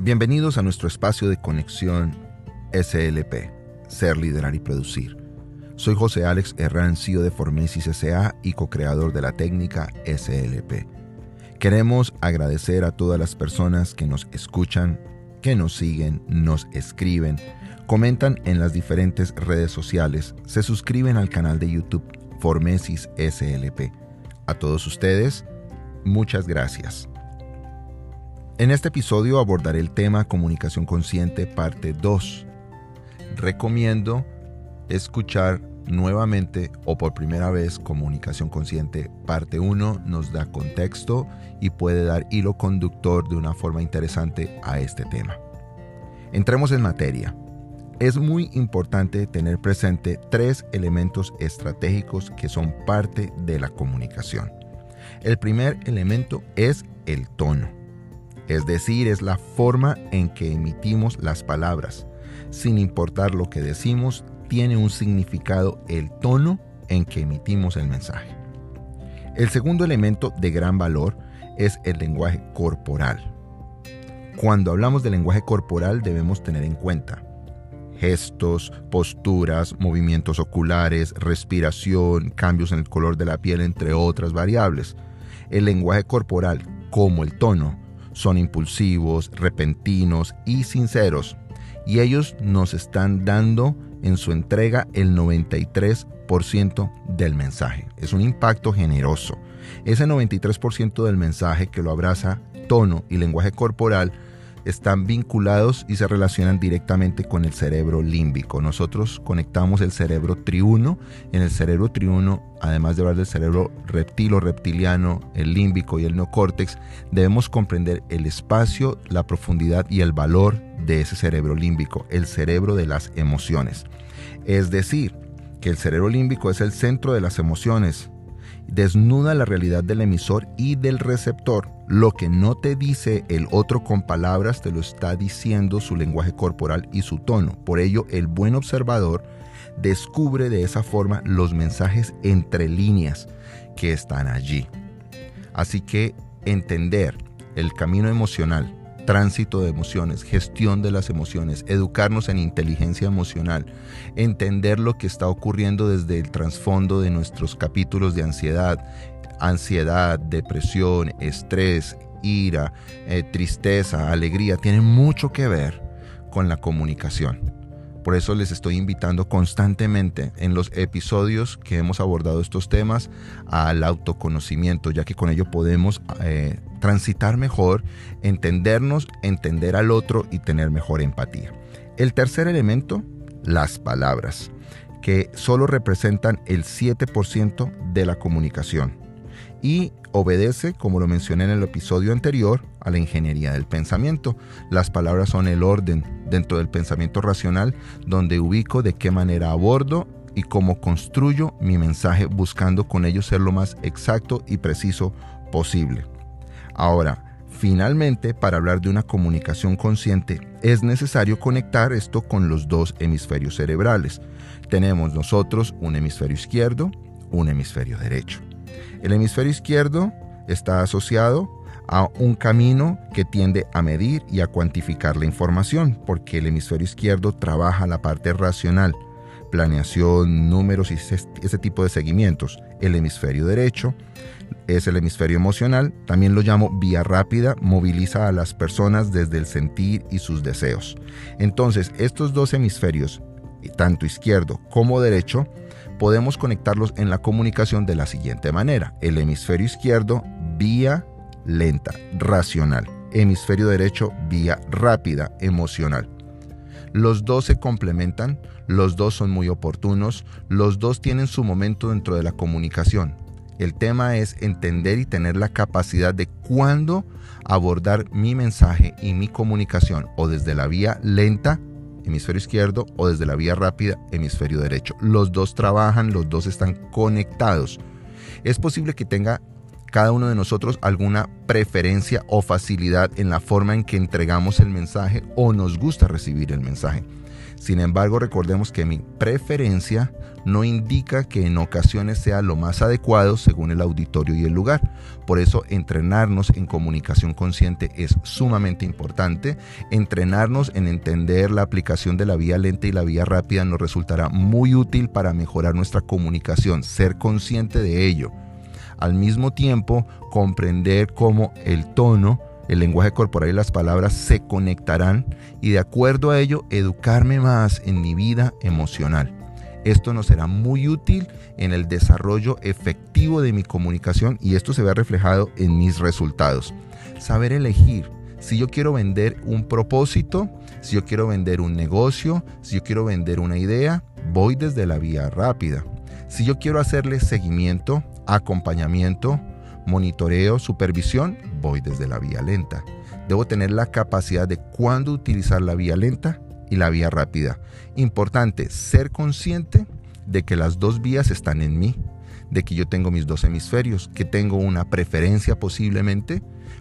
Bienvenidos a nuestro espacio de conexión SLP, Ser, Liderar y Producir. Soy José Alex Herrán, CEO de Formesis S.A. y co-creador de la técnica SLP. Queremos agradecer a todas las personas que nos escuchan, que nos siguen, nos escriben, comentan en las diferentes redes sociales, se suscriben al canal de YouTube Formesis SLP. A todos ustedes, muchas gracias. En este episodio abordaré el tema Comunicación Consciente parte 2. Recomiendo escuchar nuevamente o por primera vez Comunicación Consciente parte 1. Nos da contexto y puede dar hilo conductor de una forma interesante a este tema. Entremos en materia. Es muy importante tener presente 3 elementos estratégicos que son parte de la comunicación. El primer elemento es el tono. Es decir, es la forma en que emitimos las palabras. Sin importar lo que decimos, tiene un significado el tono en que emitimos el mensaje. El segundo elemento de gran valor es el lenguaje corporal. Cuando hablamos de lenguaje corporal debemos tener en cuenta gestos, posturas, movimientos oculares, respiración, cambios en el color de la piel, entre otras variables. El lenguaje corporal, como el tono, son impulsivos, repentinos y sinceros, y ellos nos están dando en su entrega el 93% del mensaje. Es un impacto generoso. Ese 93% del mensaje que lo abraza tono y lenguaje corporal están vinculados y se relacionan directamente con el cerebro límbico. Nosotros conectamos el cerebro triuno. En el cerebro triuno, además de hablar del cerebro reptil o reptiliano, el límbico y el neocórtex, debemos comprender el espacio, la profundidad y el valor de ese cerebro límbico, el cerebro de las emociones. Es decir, que el cerebro límbico es el centro de las emociones. Desnuda la realidad del emisor y del receptor. Lo que no te dice el otro con palabras te lo está diciendo su lenguaje corporal y su tono. Por ello, el buen observador descubre de esa forma los mensajes entre líneas que están allí. Así que entender el camino emocional, tránsito de emociones, gestión de las emociones, educarnos en inteligencia emocional, entender lo que está ocurriendo desde el trasfondo de nuestros capítulos de ansiedad, depresión, estrés, ira, tristeza, alegría, tienen mucho que ver con la comunicación. Por eso les estoy invitando constantemente en los episodios que hemos abordado estos temas al autoconocimiento, ya que con ello podemos transitar mejor, entendernos, entender al otro y tener mejor empatía. El tercer elemento, las palabras, que solo representan el 7% de la comunicación y obedece, como lo mencioné en el episodio anterior, a la ingeniería del pensamiento. Las palabras son el orden dentro del pensamiento racional, donde ubico de qué manera abordo y cómo construyo mi mensaje, buscando con ello ser lo más exacto y preciso posible. Ahora, finalmente, para hablar de una comunicación consciente, es necesario conectar esto con los 2 hemisferios cerebrales. Tenemos nosotros un hemisferio izquierdo, un hemisferio derecho. El hemisferio izquierdo está asociado a un camino que tiende a medir y a cuantificar la información, porque el hemisferio izquierdo trabaja la parte racional, planeación, números y ese tipo de seguimientos. El hemisferio derecho es el hemisferio emocional, también lo llamo vía rápida, moviliza a las personas desde el sentir y sus deseos. Entonces, estos 2 hemisferios, tanto izquierdo como derecho, podemos conectarlos en la comunicación de la siguiente manera. El hemisferio izquierdo, vía lenta, racional. Hemisferio derecho, vía rápida, emocional. Los 2 se complementan, los 2 son muy oportunos, los 2 tienen su momento dentro de la comunicación. El tema es entender y tener la capacidad de cuándo abordar mi mensaje y mi comunicación, o desde la vía lenta, hemisferio izquierdo, o desde la vía rápida, hemisferio derecho. Los 2 trabajan, los 2 están conectados. Es posible que tenga cada uno de nosotros alguna preferencia o facilidad en la forma en que entregamos el mensaje o nos gusta recibir el mensaje. Sin embargo, recordemos que mi preferencia no indica que en ocasiones sea lo más adecuado según el auditorio y el lugar. Por eso, entrenarnos en comunicación consciente es sumamente importante. Entrenarnos en entender la aplicación de la vía lenta y la vía rápida nos resultará muy útil para mejorar nuestra comunicación, ser consciente de ello. Al mismo tiempo, comprender cómo el tono, el lenguaje corporal y las palabras se conectarán y de acuerdo a ello educarme más en mi vida emocional. Esto nos será muy útil en el desarrollo efectivo de mi comunicación y esto se ve reflejado en mis resultados. Saber elegir. Si yo quiero vender un propósito, si yo quiero vender un negocio, si yo quiero vender una idea, voy desde la vía rápida. Si yo quiero hacerle seguimiento, acompañamiento, monitoreo, supervisión, voy desde la vía lenta. Debo tener la capacidad de cuándo utilizar la vía lenta y la vía rápida. Importante, ser consciente de que las dos vías están en mí, de que yo tengo mis dos hemisferios, que tengo una preferencia posiblemente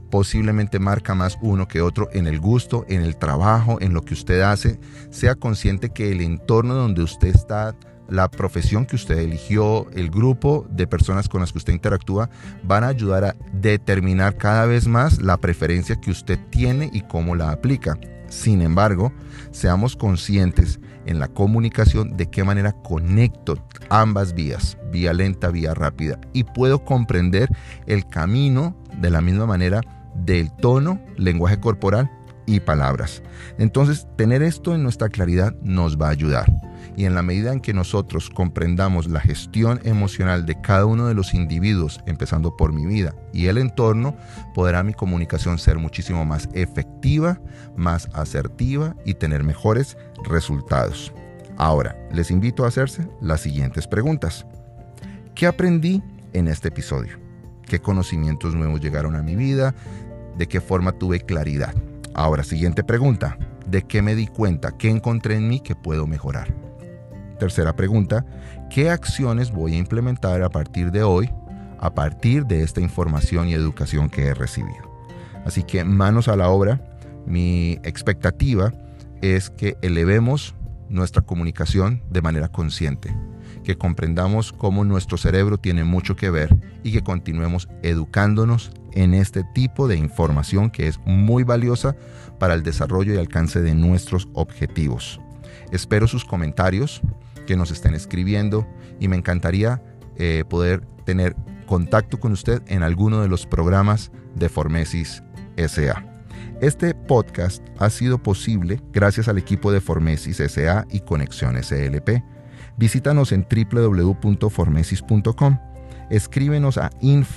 marca más uno que otro en el gusto, en el trabajo, en lo que usted hace. Sea consciente que el entorno donde usted está, la profesión que usted eligió, el grupo de personas con las que usted interactúa, van a ayudar a determinar cada vez más la preferencia que usted tiene y cómo la aplica. Sin embargo, seamos conscientes en la comunicación de qué manera conecto ambas vías, vía lenta, vía rápida, y puedo comprender el camino de la misma manera del tono, lenguaje corporal y palabras. Entonces, tener esto en nuestra claridad nos va a ayudar. Y en la medida en que nosotros comprendamos la gestión emocional de cada uno de los individuos, empezando por mi vida y el entorno, podrá mi comunicación ser muchísimo más efectiva, más asertiva y tener mejores resultados. Ahora, les invito a hacerse las siguientes preguntas. ¿Qué aprendí en este episodio? ¿Qué conocimientos nuevos llegaron a mi vida? ¿De qué forma tuve claridad? Ahora, siguiente pregunta. ¿De qué me di cuenta? ¿Qué encontré en mí que puedo mejorar? Tercera pregunta, ¿qué acciones voy a implementar a partir de hoy, a partir de esta información y educación que he recibido? Así que manos a la obra. Mi expectativa es que elevemos nuestra comunicación de manera consciente, que comprendamos cómo nuestro cerebro tiene mucho que ver y que continuemos educándonos en este tipo de información que es muy valiosa para el desarrollo y alcance de nuestros objetivos. Espero sus comentarios, que nos estén escribiendo y me encantaría poder tener contacto con usted en alguno de los programas de Formesis S.A. Este podcast ha sido posible gracias al equipo de Formesis S.A. y Conexión SLP. Visítanos en www.formesis.com. Escríbenos a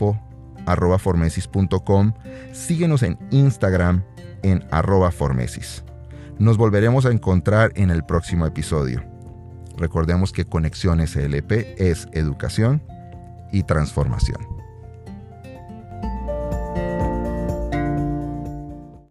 info@formesis.com. Síguenos en Instagram en @formesis. Nos volveremos a encontrar en el próximo episodio. Recordemos que Conexión SLP es educación y transformación.